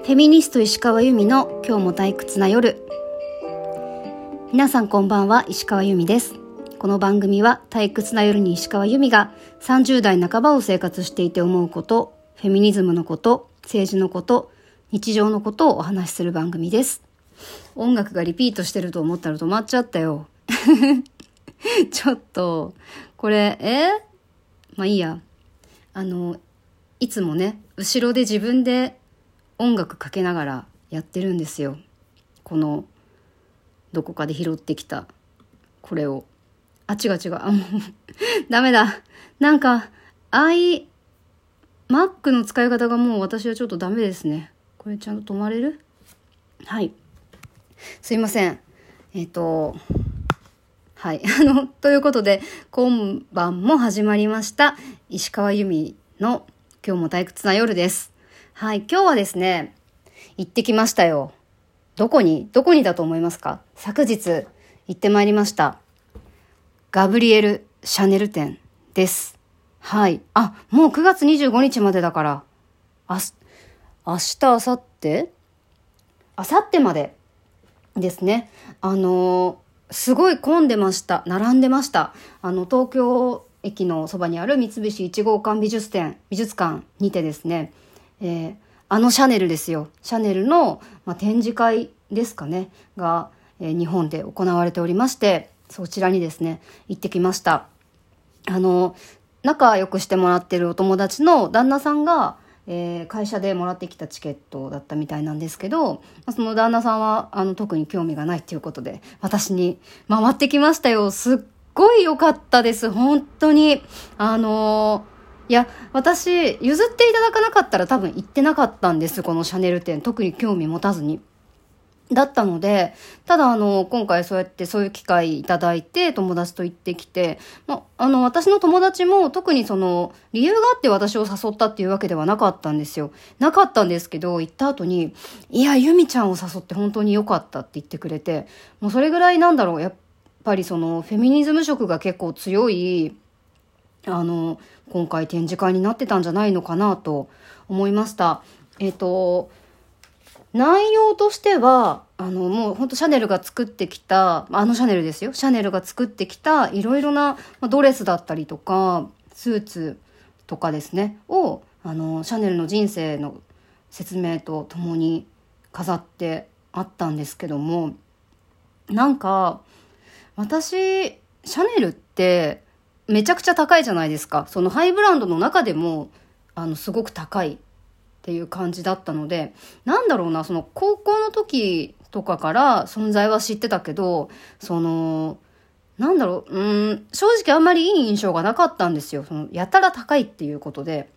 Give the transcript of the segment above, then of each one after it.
フェミニスト石川由美の今日も退屈な夜。皆さんこんばんは、石川由美です。この番組は退屈な夜に石川由美が30代半ばを生活していて思うこと、フェミニズムのこと、政治のこと、日常のことをお話しする番組です。音楽がリピートしてると思ったら止まっちゃったよちょっとこれまあいいや。いつもね、後ろで自分で音楽かけながらやってるんですよ。このどこかで拾ってきたこれを。違うもうダメだ。なんかMac の使い方がもう私はちょっとダメですね。これちゃんと止まれる？はい、すいません。はい。ということで、今晩も始まりました。石川由美の今日も退屈な夜です。はい。今日はですね、行ってきましたよ。どこにだと思いますか？昨日行ってまいりました。ガブリエル・シャネル店です。はい。もう9月25日までだから、明日、明後日までですね。すごい混んでました。並んでました。東京駅のそばにある三菱一号館美術館にてですね、シャネルですよ。シャネルの、展示会ですかねが、日本で行われておりまして、そちらにですね行ってきました。仲良くしてもらってるお友達の旦那さんが、会社でもらってきたチケットだったみたいなんですけど、その旦那さんは特に興味がないということで私に回ってきましたよ。すっごい良かったです。本当にいや、私譲っていただかなかったら多分行ってなかったんです。このシャネル店特に興味持たずにだったので、ただ今回そういう機会いただいて友達と行ってきて、私の友達も特にその理由があって私を誘ったっていうわけではなかったんですよ。なかったんですけど、行った後にいや由美ちゃんを誘って本当に良かったって言ってくれて、もうそれぐらいやっぱりそのフェミニズム色が結構強い今回展示会になってたんじゃないのかなと思いました。内容としてはもう本当シャネルが作ってきたシャネルですよ。シャネルが作ってきたいろいろなドレスだったりとかスーツとかですねをシャネルの人生の説明とともに飾ってあったんですけども、なんか私シャネルってめちゃくちゃ高いじゃないですか。そのハイブランドの中でもすごく高いっていう感じだったので、その高校の時とかから存在は知ってたけど、正直あんまりいい印象がなかったんですよ。そのやたら高いっていうことで、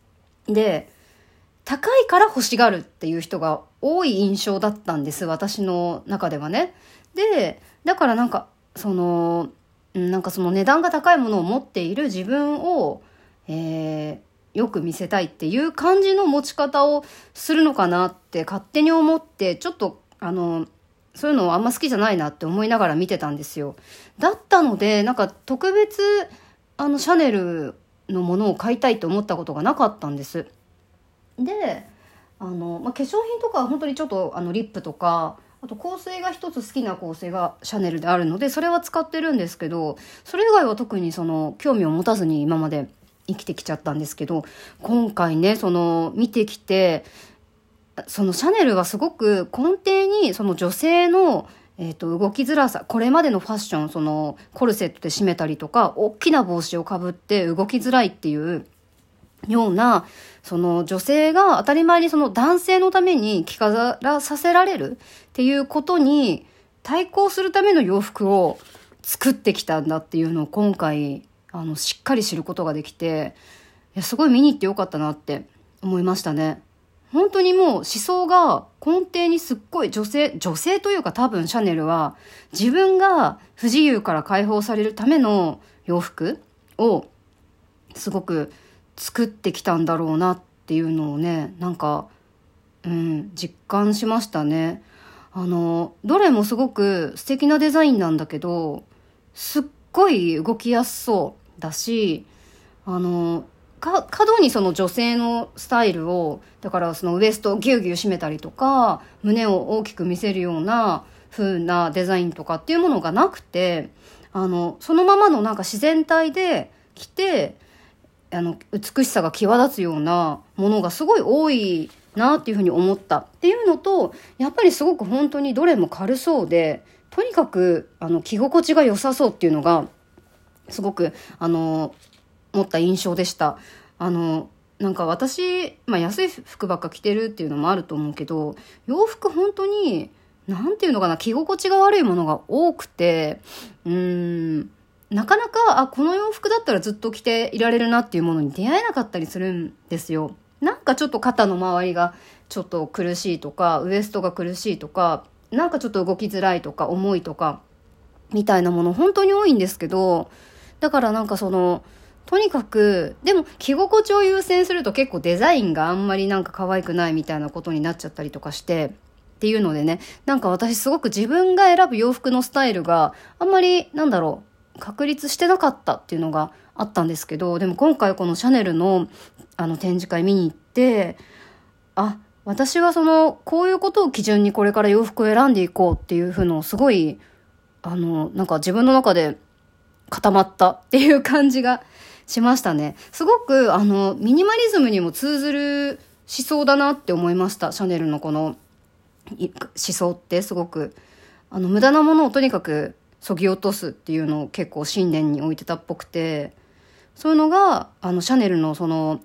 高いから欲しがるっていう人が多い印象だったんです、私の中ではね。で、だからその値段が高いものを持っている自分を、よく見せたいっていう感じの持ち方をするのかなって勝手に思って、ちょっとそういうのあんま好きじゃないなって思いながら見てたんですよ。だったので特別シャネルのものを買いたいと思ったことがなかったんです。で化粧品とかは本当にちょっとリップとか、あと香水が一つ好きな香水がシャネルであるのでそれは使ってるんですけど、それ以外は特に興味を持たずに今まで生きてきちゃったんですけど、今回ね見てきて、シャネルはすごく根底に女性の、動きづらさ、これまでのファッション、コルセットで締めたりとか大きな帽子をかぶって動きづらいっていうような女性が当たり前に男性のために着飾らさせられるっていうことに対抗するための洋服を作ってきたんだっていうのを今回しっかり知ることができて、すごい見に行ってよかったなって思いましたね。本当にもう思想が根底にすっごい女性というか、多分シャネルは自分が不自由から解放されるための洋服をすごく作ってきたんだろうなっていうのをね、実感しましたね。どれもすごく素敵なデザインなんだけど、すっごい動きやすそうだし、 過度にその女性のスタイルを、だからそのウエストをギュウギュウ締めたりとか、胸を大きく見せるような風なデザインとかっていうものがなくて、そのままのなんか自然体で着て、美しさが際立つようなものがすごい多いなっていうふうに思ったっていうのと、やっぱりすごく本当にどれも軽そうで、とにかく着心地が良さそうっていうのがすごく持った印象でした。なんか私、安い服ばっか着てるっていうのもあると思うけど、洋服本当になんていうのかな、着心地が悪いものが多くて、なかなかこの洋服だったらずっと着ていられるなっていうものに出会えなかったりするんですよ。なんかちょっと肩の周りがちょっと苦しいとか、ウエストが苦しいとか、なんかちょっと動きづらいとか重いとかみたいなもの本当に多いんですけど、だからなんかとにかく、でも着心地を優先すると結構デザインがあんまりなんか可愛くないみたいなことになっちゃったりとかしてっていうのでね、なんか私すごく自分が選ぶ洋服のスタイルがあんまり確立してなかったっていうのがあったんですけど、でも今回このシャネルの展示会見に行って、私はこういうことを基準にこれから洋服を選んでいこうっていう風のをすごいなんか自分の中で固まったっていう感じがしましたね。すごくミニマリズムにも通ずる思想だなって思いました。シャネルのこの思想ってすごく無駄なものをとにかく削ぎ落とすっていうのを結構信念に置いてたっぽくて、そういうのがシャネルの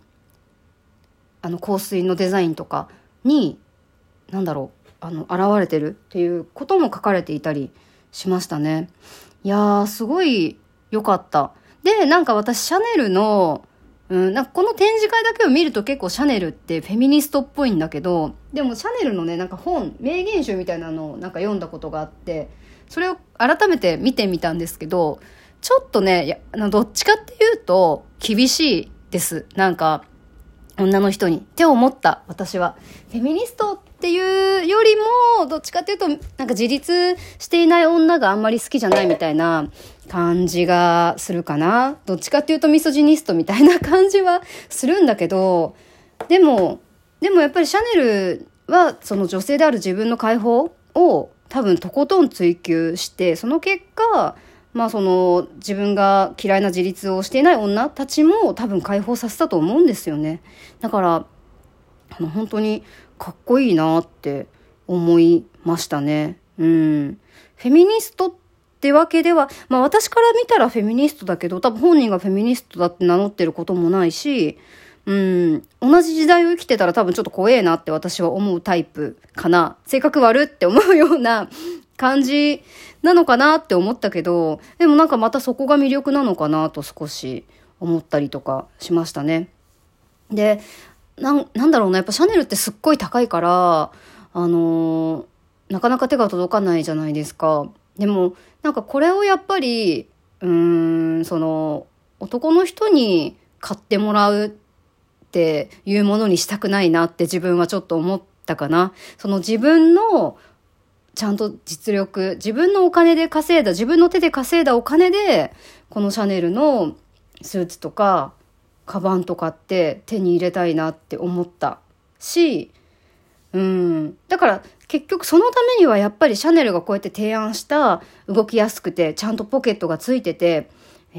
香水のデザインとかに現れてるっていうことも書かれていたりしましたね。いやーすごい良かった。でなんか私シャネルのなんかこの展示会だけを見ると結構シャネルってフェミニストっぽいんだけど、でもシャネルのねなんか名言集みたいなのをなんか読んだことがあって、それを改めて見てみたんですけど、ちょっとねどっちかっていうと厳しいです。なんか女の人にって思った。私はフェミニストっていうよりもどっちかっていうとなんか自立していない女があんまり好きじゃないみたいな感じがするかな。どっちかっていうとミソジニストみたいな感じはするんだけど、でもやっぱりシャネルはその女性である自分の解放を多分とことん追求して、その結果自分が嫌いな自立をしていない女たちも多分解放させたと思うんですよね。だから本当にかっこいいなって思いましたね。フェミニストってわけでは、私から見たらフェミニストだけど、多分本人がフェミニストだって名乗ってることもないし、同じ時代を生きてたら多分ちょっと怖えなって私は思うタイプかな。性格悪って思うような感じなのかなって思ったけど、でもなんかまたそこが魅力なのかなと少し思ったりとかしましたね。で、なんだろうな、やっぱシャネルってすっごい高いから、なかなか手が届かないじャないですか。でもなんかこれをやっぱり男の人に買ってもらうっていうものにしたくないなって自分はちょっと思ったかな。自分のちゃんと実力、自分のお金で稼いだ、自分の手で稼いだお金でこのシャネルのスーツとかカバンとかって手に入れたいなって思ったし、だから結局そのためにはやっぱりシャネルがこうやって提案した動きやすくてちゃんとポケットがついてて、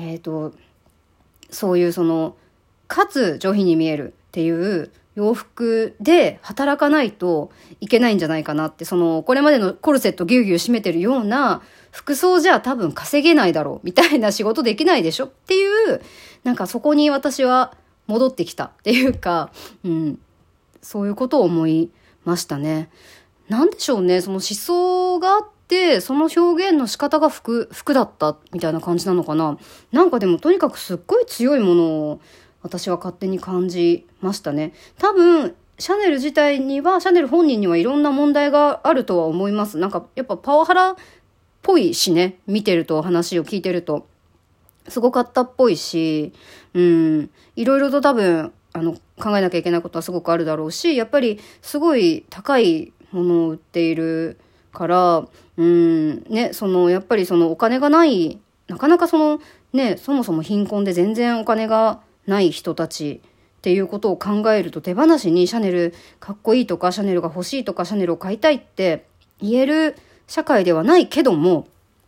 そういうかつ上品に見えるっていう洋服で働かないといけないんじゃないかなって、これまでのコルセットギュウギュウ締めてるような服装じゃ多分稼げないだろうみたいな、仕事できないでしょっていう、なんかそこに私は戻ってきたっていうか、そういうことを思いましたね。なんでしょうね、その思想があってその表現の仕方が服だったみたいな感じなのかな。なんかでもとにかくすっごい強いものを私は勝手に感じましたね。多分シャネル自体には、シャネル本人にはいろんな問題があるとは思います。なんかやっぱパワハラっぽいしね、見てると、話を聞いてるとすごかったっぽいし、いろいろと多分考えなきゃいけないことはすごくあるだろうし、やっぱりすごい高いものを売っているから、やっぱりお金がない、なかなかそもそも貧困で全然お金がない人たちっていうことを考えると、手放しにシャネルかっこいいとか、シャネルが欲しいとか、シャネルを買いたいって言える社会ではないけれども、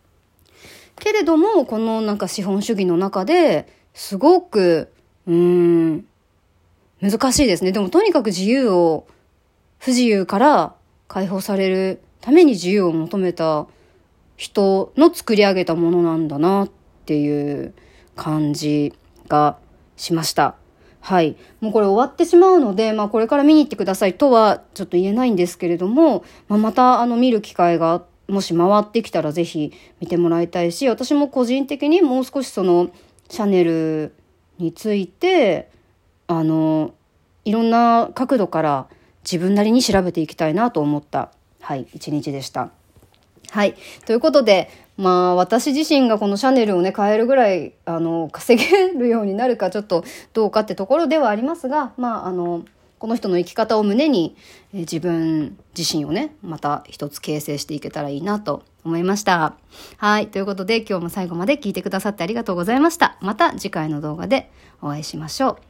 このなんか資本主義の中ですごく、難しいですね。でもとにかく不自由から解放されるために自由を求めた人の作り上げたものなんだなっていう感じがしました。はい。もうこれ終わってしまうので、これから見に行ってくださいとはちょっと言えないんですけれども、また見る機会がもし回ってきたらぜひ見てもらいたいし、私も個人的にもう少しそのシャネルについて、いろんな角度から自分なりに調べていきたいなと思った、一日でした。はい。ということで、私自身がこのシャネルをね、買えるぐらい、稼げるようになるかちょっとどうかってところではありますが、この人の生き方を胸に、自分自身をね、また一つ形成していけたらいいなと思いました。はい。ということで、今日も最後まで聞いてくださってありがとうございました。また次回の動画でお会いしましょ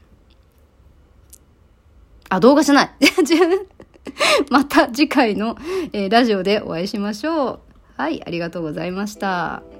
う。動画じゃない。また次回の、ラジオでお会いしましょう。はい、ありがとうございました。